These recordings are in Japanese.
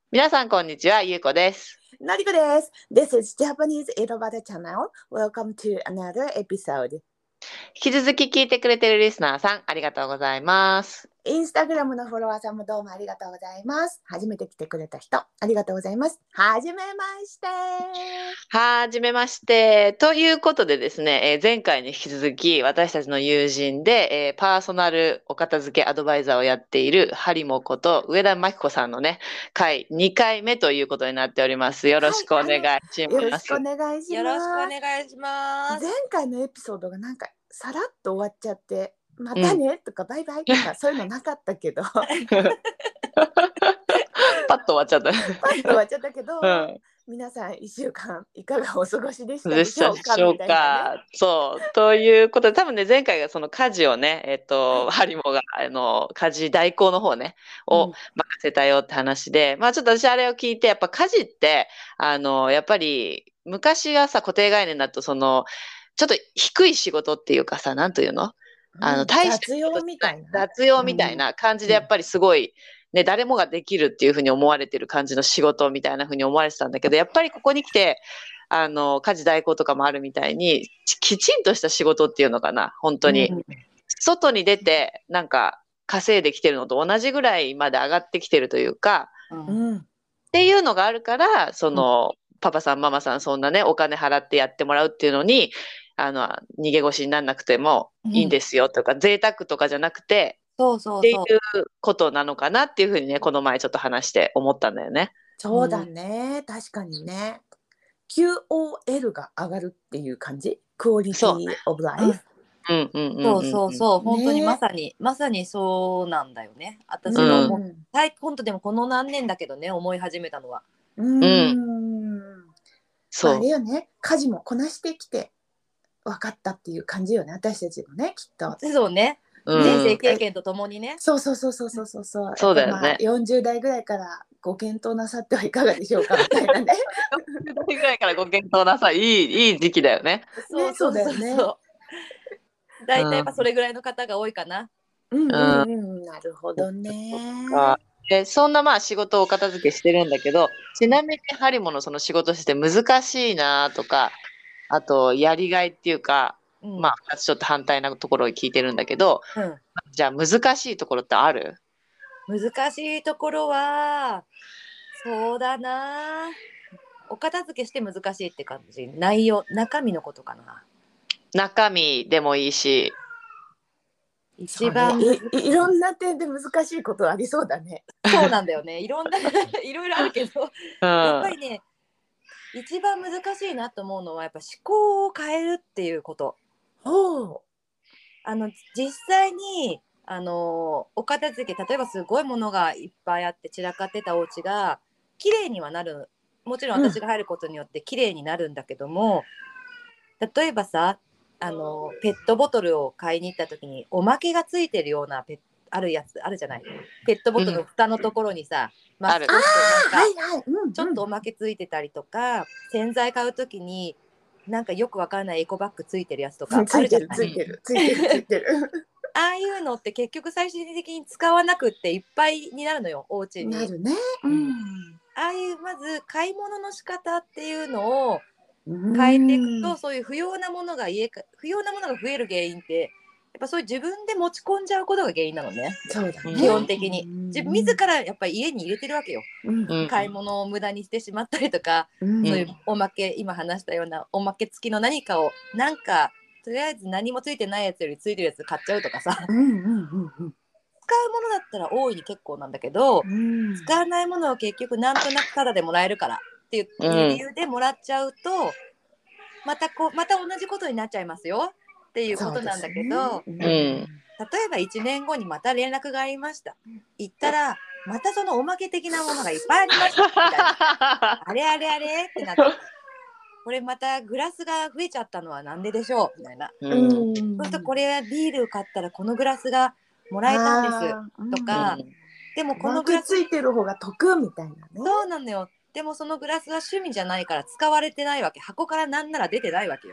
皆さんこんにちは、ゆうこです。 のりこです。This is Japanese Erobada Channel. Welcome to another episode. 引き続き聞いてくれてるリスナーさん、ありがとうございます。 インスタグラムのフォロワーさんもどうもありがとうございます。初めて来てくれた人、ありがとうございます。はじめまして。 はじめまして。ということでですね、前回に引き続き私たちの友人で、パーソナルお片付けアドバイザーをやっているハリモこと上田真紀子さんのね、2回目ということになっております。よろしくお願いしよろしくおます。 願いしよろしくおます。 願いします。 前回のエピソードがなんかさらっと終わっちゃって、またねとかバイバイとかそういうのなかったけど、パッパッと終わっちゃった。 と終わっちゃったけど、 うん皆さん1週間いかがお過ごしでしたでしでしょうかたでしょうみたいなね。 か。そう。ということで、多分ね、前回がその家事をね、 はいハリモが、家事代行の方ね、をうん任せたよって話で、まあちょっと私あれを聞いて、やっぱ家事って、やっぱり、昔がさ、固定概念だと、ちょっと低い仕事っていうかさ、なんというの大した雑用みたいな。 雑用みたいな感じで、やっぱりすごい、ね、誰もができるっていうふうに思われてる感じの仕事みたいなふうに思われてたんだけど、やっぱりここに来て、家事代行とかもあるみたいに、きちんとした仕事っていうのかな、本当に。外に出て、なんか、稼いできてるのと同じぐらいまで上がってきてるというか、っていうのがあるから、パパさん、ママさん、そんなね、お金払ってやってもらうっていうのに、逃げ腰にならなくてもいいんですよとか、贅沢とかじゃなくて、っていうことなのかなっていうふうにね、この前ちょっと話して思ったんだよね。 そうだね、確かにね。QOL が上がるっていう感じ。クオリティオブライフ。 そう、本当にまさにそうなんだよね。私が本当でもこの何年だけどね、思い始めたのは。 そう。あれよね、家事もこなしてきて分かったっていう感じよね、私たちもね、きっと。 そうね。人生経験とともにね。 そう。 そうだよね。 40代ぐらいからご検討なさってはいかがでしょうかみたいなね。 40代ぐらいからご検討なさい。いい時期だよね。 そうだよね。 大体やっぱそれぐらいの方が多いかな。 なるほどね。 そんなまあ仕事をお片付けしてるんだけど、ちなみにハリモのその仕事して難しいなとか、あとやりがいっていうか、まあちょっと反対なところを聞いてるんだけど、じゃあ難しいところってある？ 難しいところはそうだな、お片付けして難しいって感じ。内容、中身のことかな。 中身でもいいし、 一番いろんな点で難しいことありそうだね。 そうなんだよね。いろいろあるけど、やっぱりね、一番難しいなと思うのはやっぱ思考を変えるっていうこと。実際にお片付け、例えばすごいものがいっぱいあって散らかってたお家が綺麗にはなる。もちろん私が入ることによって綺麗になるんだけども、例えばさ、ペットボトルを買いに行った時におまけがついてるようなあるやつあるじゃない。ペットボトルの蓋のところにさ、マスコットなんかちょっとおまけついてたりとか、洗剤買う時になんかよくわからないエコバッグついてるやつとかあるじゃない。 ついてるああいうのって結局最終的に使わなくっていっぱいになるのよ、お家に。 なるね。 ああいうまず買い物の仕方っていうのを変えていくと、そういう不要なものが増える原因ってやっぱそういう自分で持ち込んじゃうことが原因なのね。 そうだね。 基本的に自らやっぱり家に入れてるわけよ。買い物を無駄にしてしまったりとか、そういうおまけ、今話したようなおまけ付きの何かをなんかとりあえず何もついてないやつよりついてるやつ買っちゃうとかさ、使うものだったら大いに結構なんだけど、使わないものを結局なんとなくタダでもらえるからっていう理由でもらっちゃうと、また同じことになっちゃいますよっていうことなんだけど、例えば1年後にまた連絡がありました。行ったらまたそのおまけ的なものがいっぱいありましたみたいな。あれってなって、これまたグラスが増えちゃったのはなんででしょうみたいな。そうするとこれはビール買ったらこのグラスがもらえたんですとか、でもこのグラスついてる方が得みたいなね。 そうなのよ。でもそのグラスは趣味じゃないから使われてないわけ。箱からなんなら出てないわけよ。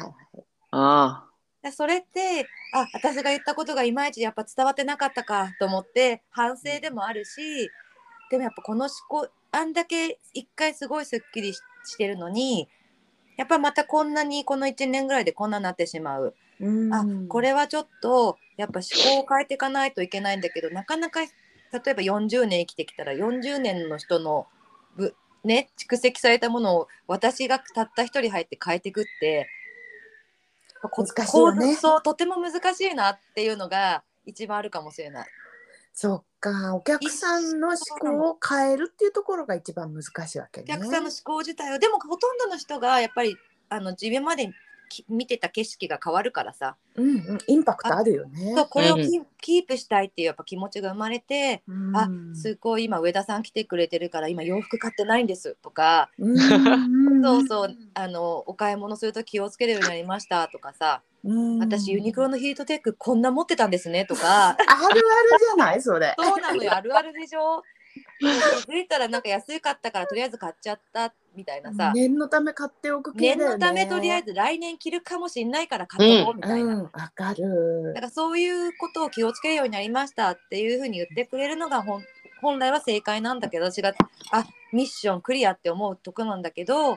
それって私が言ったことがいまいちやっぱ伝わってなかったかと思って反省でもあるし、でもやっぱこの思考あんだけ一回すごいすっきりしてるのに、やっぱまたこんなにこの1年ぐらいでこんなになってしまう。これはちょっとやっぱ思考を変えていかないといけないんだけど、なかなか例えば40年生きてきたら40年の人の蓄積されたものを私がたった一人入って変えていくって難しいよね。 そうとても難しいなっていうのが一番あるかもしれない。 そっか、お客さんの思考を変えるっていうところが一番難しいわけね。 お客さんの思考自体を、でもほとんどの人がやっぱり自分まで見てた景色が変わるからさ、 インパクトあるよね。 そう、これをキープしたいっていうやっぱ気持ちが生まれて、すごい今上田さん来てくれてるから今洋服買ってないんですとか、そうそう、お買い物すると気をつけるようになりましたとかさ、私ユニクロのヒートテックこんな持ってたんですねとかあるあるじゃないそれ。 そうなのよ、あるあるでしょ。気づいたらなんか安かったからとりあえず買っちゃったみたいなさ、 念のため買っておく系だよね。 念のためとりあえず来年着るかもしれないから買っとこうみたいな、 わかる。 だからそういうことを気をつけるようになりましたっていうふうに言ってくれるのが本来は正解なんだけど、私がミッションクリアって思うとこなんだけど、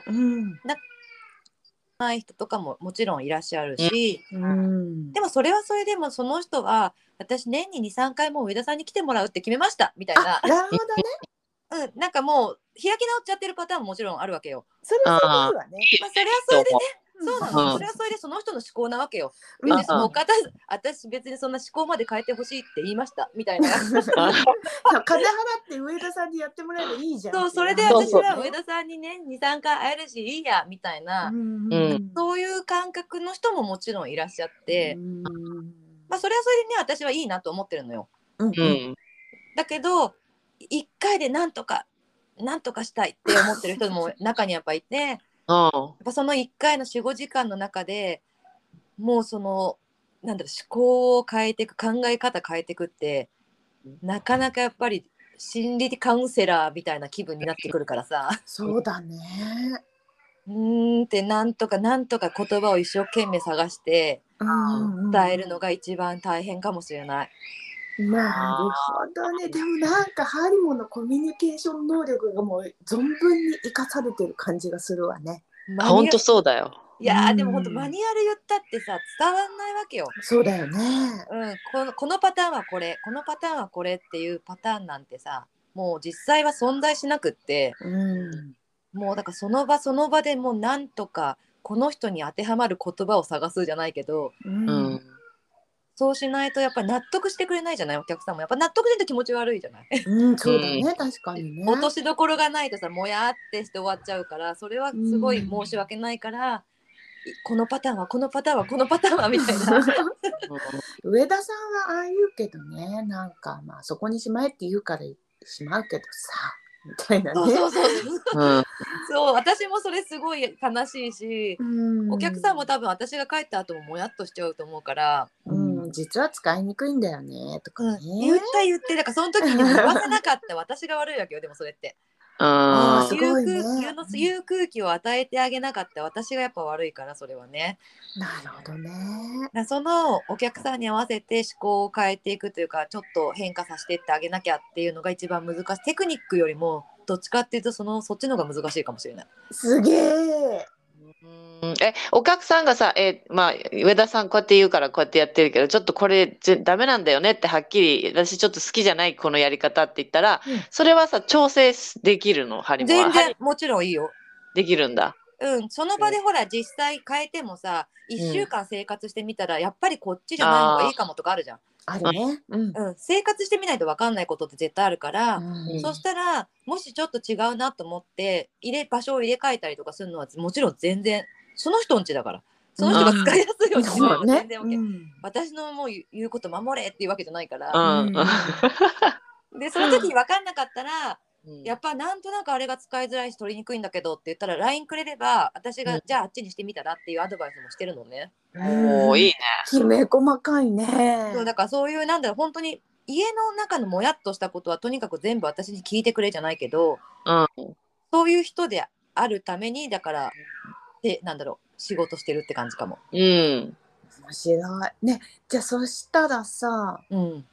ない人とかももちろんいらっしゃるし、でもそれはそれでもその人は私年に 2,3 回も上田さんに来てもらうって決めましたみたいな。 なるほどね。なんかもう開き直っちゃってるパターンももちろんあるわけよ。 それはそれでいいわね。 それはそれでね。そうなの、それはそれでその人の思考なわけよ。別にその私別にそんな思考まで変えてほしいって言いましたみたいな。 金払って上田さんにやってもらえばいいじゃん。 そう、それで私は上田さんにね 2,3 回会えるしいいやみたいな、そういう感覚の人ももちろんいらっしゃって、それはそれでね私はいいなと思ってるのよ。だけど1回でなんとかしたいって思ってる人も中にやっぱいてやっぱその1回の 4,5 時間の中でもうその思考を変えていく、考え方変えていくってなかなかやっぱり心理カウンセラーみたいな気分になってくるからさ。 そうだね。 ってなんとか言葉を一生懸命探して伝えるのが一番大変かもしれない。 なるほどね。でもなんかハリモのコミュニケーション能力がもう存分に生かされてる感じがするわね。 本当そうだよ。 いやでも本当マニュアル言ったってさ伝わんないわけよ。 そうだよね。 このパターンはこれ、このパターンはこれっていうパターンなんてさもう実際は存在しなくって、もうだからその場その場でもうなんとかこの人に当てはまる言葉を探すじゃないけど、そうしないとやっぱり納得してくれないじゃない。お客さんもやっぱ納得せんと気持ち悪いじゃない。 そうだね、確かにね。 落としどころがないとさもやってして終わっちゃうから、それはすごい申し訳ないから、このパターンはこのパターンはこのパターンはみたいな。 上田さんはああ言うけどね、なんかそこにしまえって言うからしまうけどさみたいなね。 そう私もそれすごい悲しいし、お客さんも多分私が帰った後ももやっとしちゃうと思うから、 実は使いにくいんだよねとかね、 言ってだからその時に言わせなかった私が悪いわけよ。でもそれってすごいね、 言う空気を与えてあげなかった私がやっぱ悪いから、それはね。 なるほどね。 そのお客さんに合わせて思考を変えていくというか、ちょっと変化させていってあげなきゃっていうのが一番難しい。テクニックよりもどっちかっていうとそっちの方が難しいかもしれない。 すげえ。 お客さんがさ、上田さんこうやって言うからこうやってやってるけど、ちょっとこれダメなんだよねってはっきり私ちょっと好きじゃないこのやり方って言ったら、それはさ調整できるの？ハリモは全然もちろんいいよ。 できるんだ。 その場でほら実際変えてもさ1週間生活してみたらやっぱりこっちじゃない方がいいかもとかあるじゃん。 あるね。 生活してみないと分かんないことって絶対あるから、そしたらもしちょっと違うなと思って場所を入れ替えたりとかするのはもちろん全然その人んちだから、その人が使いやすいようにすれば全然 OK、私のもう言うこと守れっていうわけじゃないから、でその時に分かんなかったら、やっぱなんとなくあれが使いづらいし取りにくいんだけどって言ったら LINE くれれば私が、じゃああっちにしてみたらっていうアドバイスもしてるのね。 いいね。 きめ細かいね。 そうだからそういう本当に家の中のもやっとしたことはとにかく全部私に聞いてくれじゃないけど、そういう人であるためにだから仕事してるって感じかも。 面白いね。じゃあそしたらさ、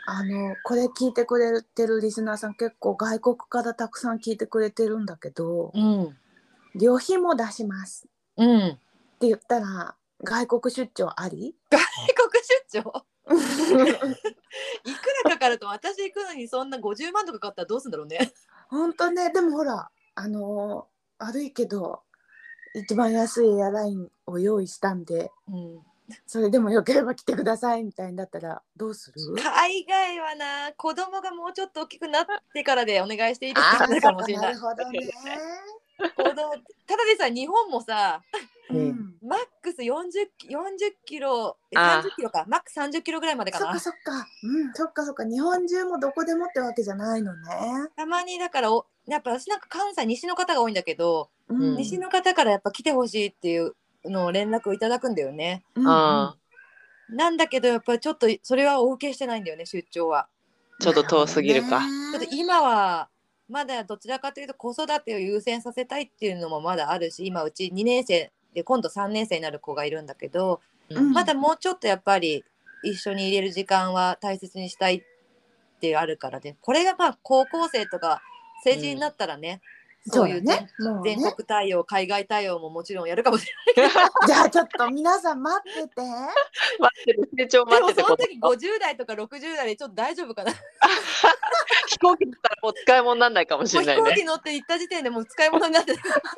これ聞いてくれてるリスナーさん結構外国からたくさん聞いてくれてるんだけど、旅費も出しますって言ったら外国出張あり？ 外国出張いくらかかると、私行くのにそんな50万とかかかったらどうするんだろうね。 ほんとね。でもほら悪いけど一番安いエアラインを用意したんで、それでもよければ来てくださいみたいになったらどうする？ 海外はな、子供がもうちょっと大きくなってからでお願いしていいですかってかもしれない。 なるほどね。 ただでさ、日本もさ、マックス40キロ、30キロか、マックス30キロぐらいまでかな。 そっか。そっか。日本中もどこでもってわけじゃないのね。 たまにだからやっぱ私なんか関西西の方が多いんだけど、西の方からやっぱ来てほしいっていうのを連絡をいただくんだよね。なんだけどやっぱりちょっとそれはお受けしてないんだよね、出張は。 ちょっと遠すぎるか。 ちょっと今はまだどちらかというと子育てを優先させたいっていうのもまだあるし、今うち2年生で今度3年生になる子がいるんだけど、まだもうちょっとやっぱり一緒に入れる時間は大切にしたいってあるからね。これがまあ高校生とか成人になったらね、そういう全国対応、海外対応ももちろんやるかもしれないけどじゃあちょっと皆さん待ってて成長待ってて。 でもその時50代とか60代でちょっと大丈夫かな飛行機乗ったらもう使い物にならないかもしれないね。 もう飛行機乗って行った時点でもう使い物になってる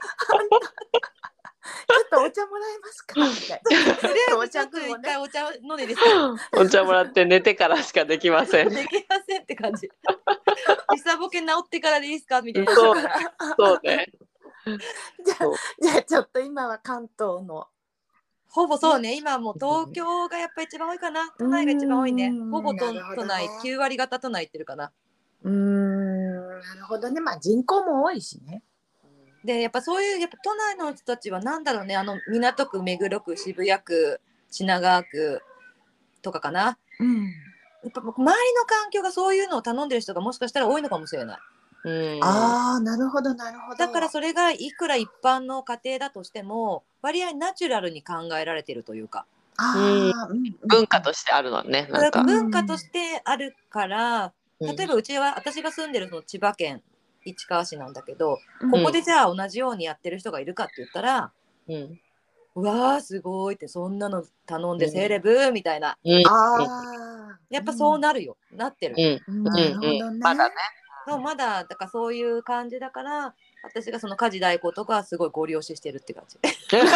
ちょっとお茶もらえますかみたいな。 とりあえずちょっと一回お茶飲んでいいですかお茶もらって寝てからしかできません。 できませんって感じ。時差ボケ治ってからでいいですかみたいな。 そうね。 じゃあちょっと今は関東のほぼそうね。今もう東京がやっぱ一番多いかな。都内が一番多いね。ほぼ都内、9割方都内行ってるかな。 なるほどね。まあ人口も多いしね。 でやっぱそういうやっぱ都内の人たちはなんだろうね、港区、目黒区、渋谷区、品川区とかかな。やっぱ周りの環境がそういうのを頼んでる人がもしかしたら多いのかもしれない。 なるほど。 だからそれがいくら一般の家庭だとしても割合ナチュラルに考えられてるというか、 文化としてあるのね。なんか文化としてあるから、例えば私が住んでるその千葉県市川市なんだけど、ここでじゃあ同じようにやってる人がいるかって言ったら、うわーすごいって、そんなの頼んでセレブみたいな、やっぱそうなるよ、なってる。 なるほどね。 まだね。 まだだからそういう感じだから、私がその家事代行とかすごいご利用ししてるって感じ。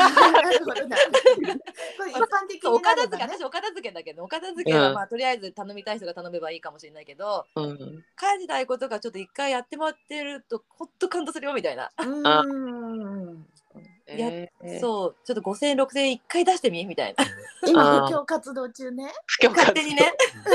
お片付け、私お片付けだけど、お片付けはまあとりあえず頼みたい人が頼めばいいかもしれないけど、家事代行とかちょっと一回やってもらってるとほっと感動するよみたいな。そうちょっと5000円6000円一回出してみみたいな。 今布教活動中ね。 勝手にね。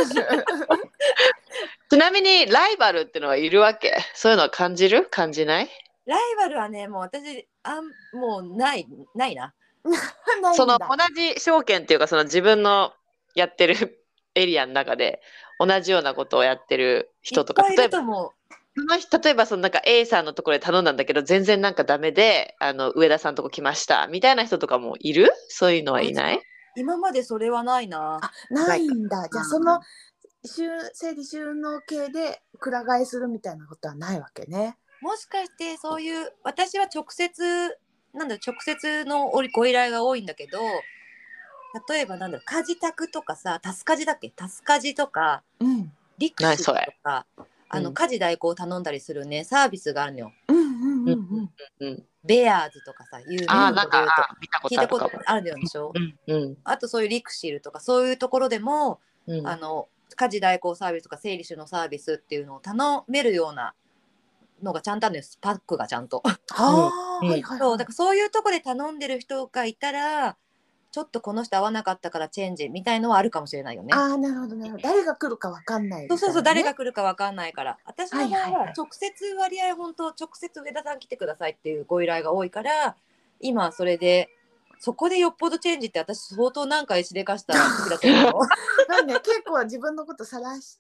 ちなみにライバルってのはいるわけ？そういうのは感じない？ ライバルはね、もう私もうないな。 その同じ証券っていうか、その自分のやってるエリアの中で同じようなことをやってる人とか、 例えばそのなんか A さんのところで頼んだんだけど全然なんかダメで上田さんのとこ来ましたみたいな人とかもいる？そういうのはいない？ 今までそれはないな。 ないんだ。じゃあその整理収納系でくら替えするみたいなことはないわけね。 もしかしてそういう、私は直接のご依頼が多いんだけど、例えば家事宅とかさ、タスカジだっけ、タスカジとか、リクシとか家事代行を頼んだりするねサービスがあるのよ。ベアーズとかさ、有名なので言うと聞いたことあるでしょ。あとそういうリクシルとかそういうところでも、家事代行サービスとか整理収納サービスっていうのを頼めるようなのがちゃんとあるんです。パックがちゃんと。そうだからそういうとこで頼んでる人がいたら、ちょっとこの人合わなかったからチェンジみたいのはあるかもしれないよね。 なるほど。誰が来るか分かんない、ね。 そう誰が来るか分かんないから、私の場合は直接割合直接上田さん来てくださいっていうご依頼が多いから、今それでそこでよっぽどチェンジって私相当何回しでかした時だと思う。 なんで結構自分のこと晒して、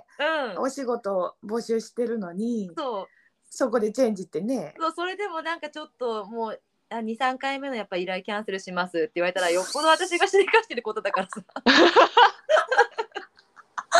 お仕事を募集してるのに、そこでチェンジってね。 それでもなんかちょっともう2、3回目のやっぱ依頼キャンセルしますって言われたら、よっぽど私がしでかしてることだからさ。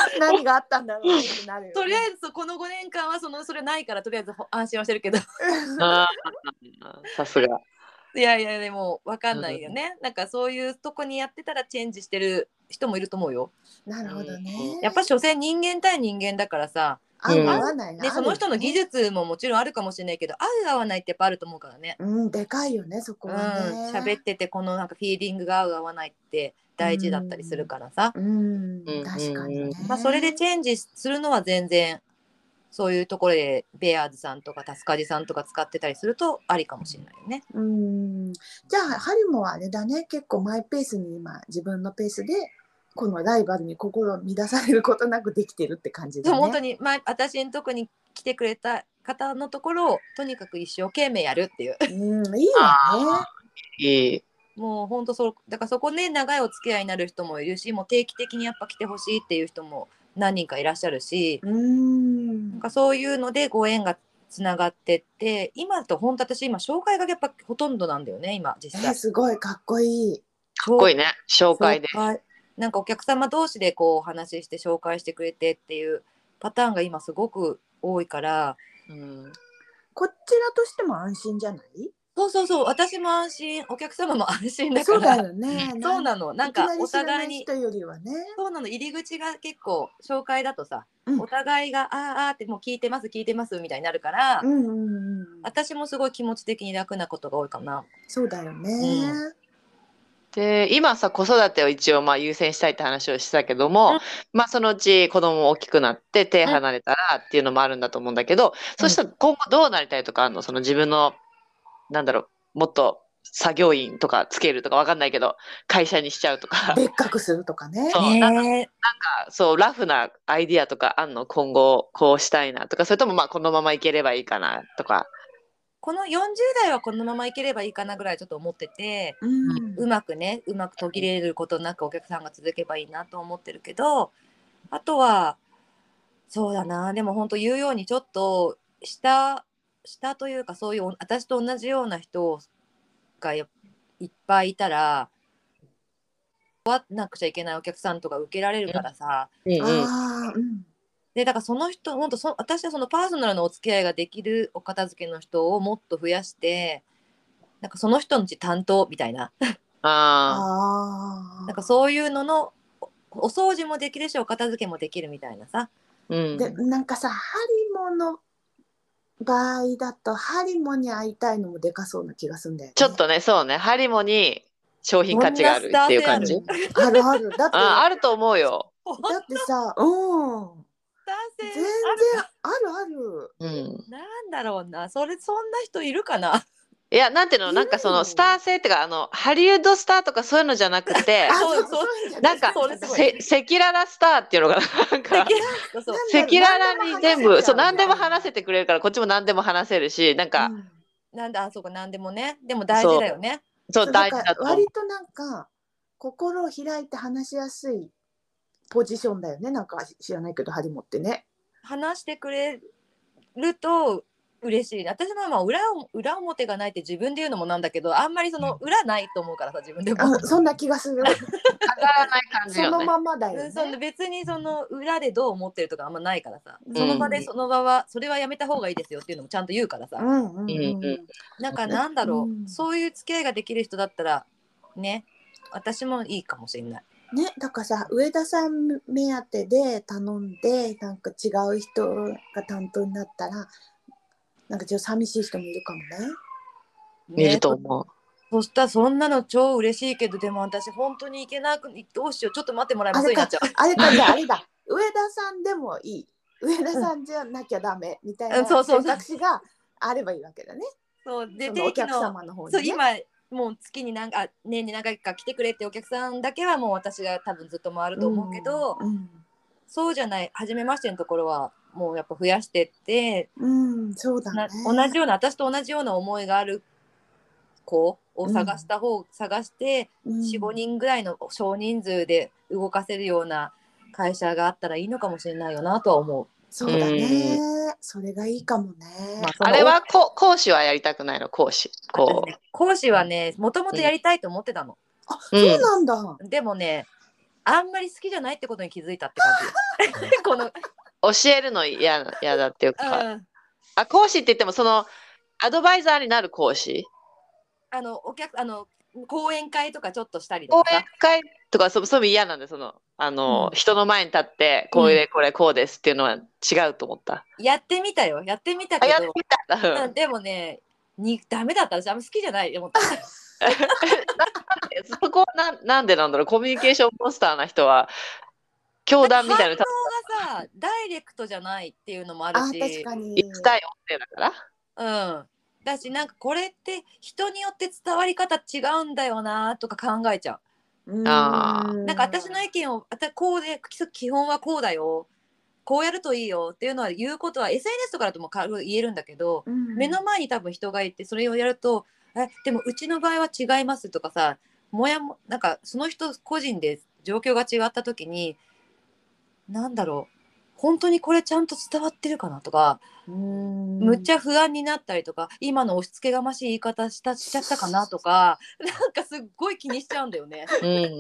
何があったんだろうねってなるよね。 とりあえずこの5年間はそれないからとりあえず安心はしてるけどあさすが。 いやいやでも分かんないよね、なんかそういうとこにやってたらチェンジしてる人もいると思うよ。 なるほどね。 やっぱ所詮人間対人間だからさ、 合う合わないね、その人の技術ももちろんあるかもしれないけど、合う合わないってやっぱあると思うからね。 でかいよねそこはね。 喋っててこのなんかフィーリングが合う合わないって大事だったりするからさ。 確かにね。 まあそれでチェンジするのは全然そういうところでベアーズさんとかタスカジさんとか使ってたりするとありかもしれないよね。 じゃあハリもあれだね、結構マイペースに今自分のペースでこのライバルに心を乱されることなくできてるって感じだね。 本当に、私のとこに来てくれた方のところをとにかく一生懸命やるっていう。 いいわね。いい。 もう本当だからそこね長いお付き合いになる人もいるし、もう定期的にやっぱ来てほしいっていう人も何人かいらっしゃるし、なんかそういうのでご縁がつながってって、今だと本当私今紹介がやっぱほとんどなんだよね今実際。 すごいかっこいい。 かっこいいね、紹介で。 なんかお客様同士でこうお話しして紹介してくれてっていうパターンが今すごく多いから、 こちらとしても安心じゃない？ そう私も安心、お客様も安心だから。 そうだよね。 そうなの、なんかお互いに人よりはね。 そうなの、入り口が結構紹介だとさ、お互いがあってもう聞いてますみたいになるから、私もすごい気持ち的に楽なことが多いかな。 そうだよね。 で今さ子育てを一応優先したいって話をしてたけども、そのうち子供大きくなって手離れたらっていうのもあるんだと思うんだけど、そしたら今後どうなりたいとかあるの？その自分のもっと作業員とかつけるとかわかんないけど会社にしちゃうとか別格するとかね。 そうラフなアイディアとかあんの？今後こうしたいなとか、それともこのままいければいいかなとか。 この40代はこのままいければいいかなぐらいちょっと思ってて、うまく途切れることなくお客さんが続けばいいなと思ってるけど、あとはそうだな、でも本当言うようにちょっと下というかそういう私と同じような人がいっぱいいたらわなくちゃいけないお客さんとか受けられるからさ、でだからその人本当私はそのパーソナルのお付き合いができるお片付けの人をもっと増やして、なんかその人のうち担当みたいななんかそういうののお掃除もできるしお片付けもできるみたいなさ、 でなんかさハリモの場合だとハリモに会いたいのもでかそうな気がするんだよね。 ちょっとね、そうね、ハリモに商品価値があるっていう感じ。 あるある。だってあると思うよ。 だってさ、全然ある。 なんだろうな、そんな人いるかな。 いや、なんていうの、なんかそのスター性っていうか、ハリウッドスターとかそういうのじゃなくて、なんか赤裸々スターっていうのがなんか赤裸々に全部何でも話せてくれるから、こっちも何でも話せるし、なんかそうか、何でもね、でも大事だよね。 そう大事だと。 割となんか心を開いて話しやすいポジションだよね。なんか知らないけどハリモってね。 話してくれると嬉しい。私の裏表がないって自分で言うのもなんだけど、あんまりその裏ないと思うからさ、自分でも。 そんな気がする。 飾らない感じよね。 そのままだよね。 別にその裏でどう思ってるとかあんまないからさ、その場でその場はそれはやめた方がいいですよっていうのもちゃんと言うからさ。なんかなんだろう、そういう付き合いができる人だったらね、私もいいかもしれない。 ね、だからさ上田さん目当てで頼んでなんか違う人が担当になったらなんかちょっと寂しい人もいるかもね。 いると思う。 そしたらそんなの超嬉しいけど、でも私本当に行けなくどうしよう、ちょっと待ってもらえます？ あれかじゃああれだ上田さんでもいい、上田さんじゃなきゃダメみたいな選択肢があればいいわけだね。 そうでそのお客様の方にね。 今もう月に年に何回か来てくれってお客さんだけはもう私が多分ずっと回ると思うけど、そうじゃない初めましてのところはもうやっぱ増やしてって、 そうだね、 私と同じような思いがある子を探して 4,5 人ぐらいの少人数で動かせるような会社があったらいいのかもしれないよなとは思う。 そうだね、それがいいかもね。 あれは講師はやりたくないの？講師はねもともとやりたいと思ってたの。 そうなんだ。 でもねあんまり好きじゃないってことに気づいたって感じこの教えるの嫌だっていうか、 うん、 講師って言ってもそのアドバイザーになる講師、 講演会とかちょっとしたりと講かさ、 演会とかそういうの嫌なんで、人の前に立ってこれこうですっていうのは違うと思った。 やってみたけど、 やってみたでもねダメだった。私あんま好きじゃない思ったそこはなんでなんだろう。コミュニケーションモンスターな人は教団みたいな反応がさダイレクトじゃないっていうのもあるし、 確かに言いたい音声だから、 うん、だしなんかこれって人によって伝わり方違うんだよなとか考えちゃう。なんか私の意見をこうで基本はこうだよ、こうやるといいよっていうのは言うことは SNS とかだとも言えるんだけど、目の前に多分人がいてそれをやるとでもうちの場合は違いますとかさ、なんかその人個人で状況が違った時になんだろう、本当にこれちゃんと伝わってるかなとか、むっちゃ不安になったりとか、今の押し付けがましい言い方しちゃったかなとか、なんかすっごい気にしちゃうんだよね。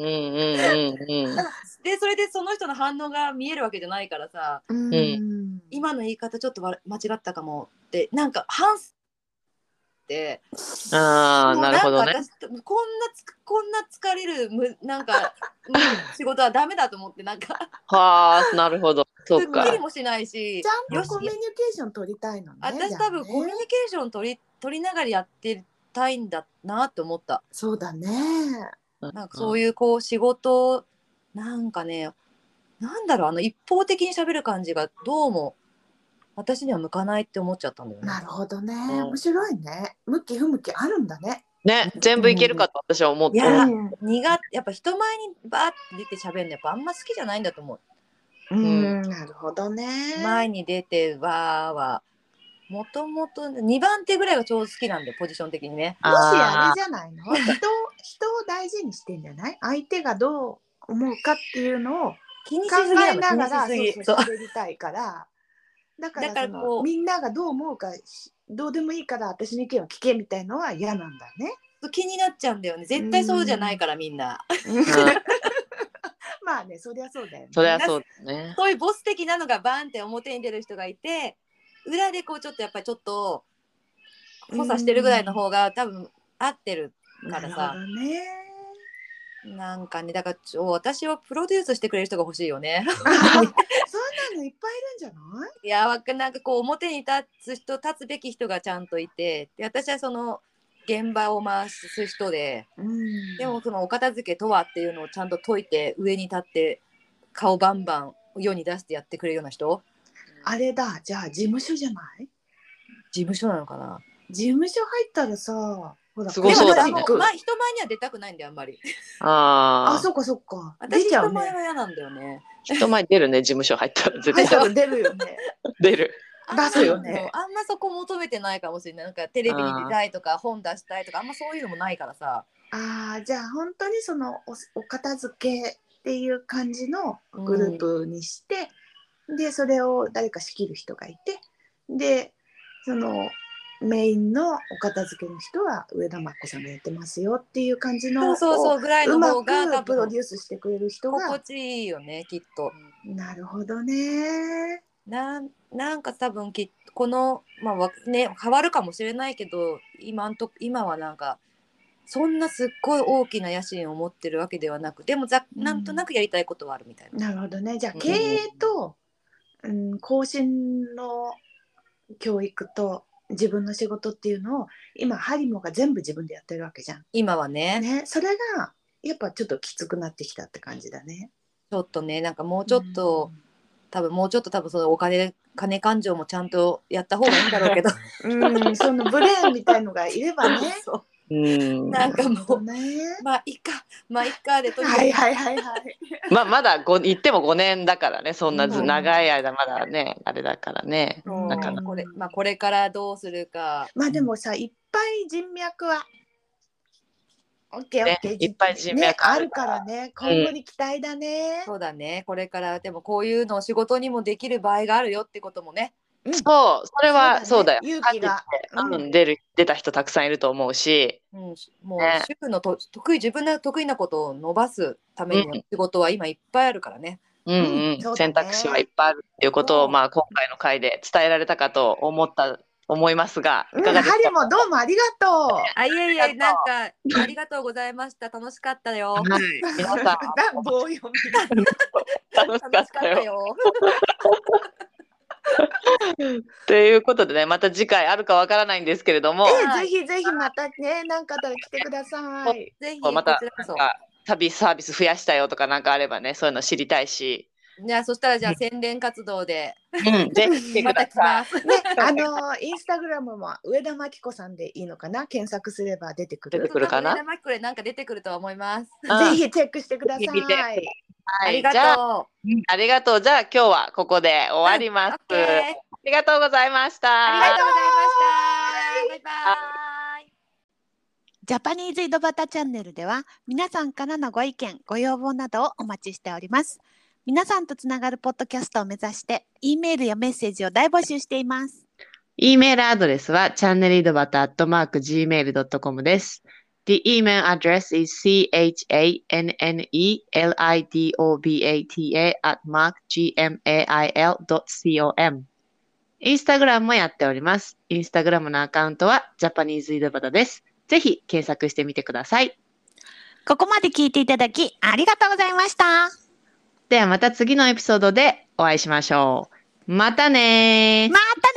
でそれでその人の反応が見えるわけじゃないからさ、今の言い方ちょっと間違ったかもってなんか反省ってなるほどね。 私こんな疲れるなんか仕事はダメだと思って、なんかはあ、なるほど。そうか。 すっきりもしないし、 ちゃんとコミュニケーション取りたいのね。 私多分コミュニケーション取りながらやってたいんだなって思った。 そうだね。 なんかそういう仕事なんかね、なんだろう、一方的に喋る感じがどうも私には向かないって思っちゃったんだよね。 なるほどね。面白いね。向き不向きあるんだね。 ね、全部いけるかと私は思って。 やっぱ人前にバーって出て喋るのやっぱあんま好きじゃないんだと思う。 なるほどね。 前に出てはもともと2番手ぐらいがちょうど好きなんで、ポジション的にね。 もしあれじゃないの、人を大事にしてんじゃない、相手がどう思うかっていうのを気にし考すぎえながらそう喋りたいから、だからみんながどう思うかどうでもいいから私の意見を聞けみたいのは嫌なんだね。 気になっちゃうんだよね。絶対そうじゃないからみんな。 まあね、そりゃそうだよね。 そりゃそうね。 そういうボス的なのがバーンって表に出る人がいて、裏でちょっとやっぱりちょっと補佐してるぐらいの方が多分合ってるからさ。 なるほどね。 なんかね、だから私をプロデュースしてくれる人が欲しいよね。 そんなのいっぱいいるんじゃない？ いや、なんか表に立つべき人がちゃんといて、で私はその現場を回す人で、でもそのお片付けとはっていうのをちゃんと解いて上に立って顔バンバン世に出してやってくれるような人。 あれだ、じゃあ事務所じゃない？ 事務所なのかな。 事務所入ったらさ、ほら、 すごそうだね。 人前には出たくないんだよ、あんまり。 そっかそっか。 私人前は嫌なんだよね。 人前出るね、事務所入ったら絶対出るよね。 出る。 出すよね。 あんまそこ求めてないかもしれない。なんかテレビに出たいとか本出したいとかあんまそういうのもないからさ。 じゃあ本当にそのお片付けっていう感じのグループにして、でそれを誰か仕切る人がいて、でそのメインのお片付けの人は上田真子さんがやってますよっていう感じのぐらいの方がうまくプロデュースしてくれる人が心地いいよね、きっと。 なるほどね。 なんか多分この変わるかもしれないけど、今はなんかそんなすっごい大きな野心を持ってるわけではなく、でもなんとなくやりたいことはあるみたいな。 なるほどね。じゃあ経営と、後進の教育と自分の仕事っていうのを今ハリモが全部自分でやってるわけじゃん。 今はね。 それがやっぱちょっときつくなってきたって感じだね。 ちょっとね、なんかもうちょっと、多分そのお金勘定もちゃんとやった方がいいんだろうけどそのブレーンみたいのがいればね。 なんかもう、まあいいかでとにかくまだ言っても5年だからね、そんな長い間まだねあれだからね。だからこれからどうするか。 でもさ、いっぱい人脈はいっぱい人脈あるからね、今後に期待だね。 そうだね、これからでもこういうのを仕事にもできる場合があるよってこともね、 そう、それはそうだよ。 勇気が。 出た人たくさんいると思うし。 もう主婦の自分の得意なことを伸ばすための仕事は今いっぱいあるからね。 選択肢はいっぱいあるっていうことを、今回の回で伝えられたかと思いますが、いかがですか？ ハリもどうもありがとう。 いえいえ、なんかありがとうございました。楽しかったよ。 皆さん棒読み楽しかったよ。ということでね、また次回あるかわからないんですけれども、 ぜひぜひまたね、なんかあったら来てください。 ぜひまた旅サービス増やしたよとかなんかあればね、そういうの知りたいし。 そしたらじゃあ宣伝活動で、 ぜひ来てください。 ね、インスタグラムも上田真紀子さんでいいのかな、検索すれば出てくるかな。上田真紀子でなんか出てくると思います。 ぜひチェックしてください。 ありがとう。 ありがとう。じゃあ今日はここで終わります。ありがとうございました。 ありがとうございました。バイバイ。 ジャパニーズ井戸端チャンネルでは皆さんからのご意見、ご要望などをお待ちしております。皆さんとつながるポッドキャストを目指して、Eメールやメッセージを大募集しています。 Eメールアドレスは channelidobata@gmail.com です。The email address is channelidobata@gmail.com。インスタグラムもやっております。インスタグラムのアカウントはジャパニーズ井戸端です。ぜひ検索してみてください。 ここまで聞いていただきありがとうございました。 ではまた次のエピソードでお会いしましょう。またねー。 また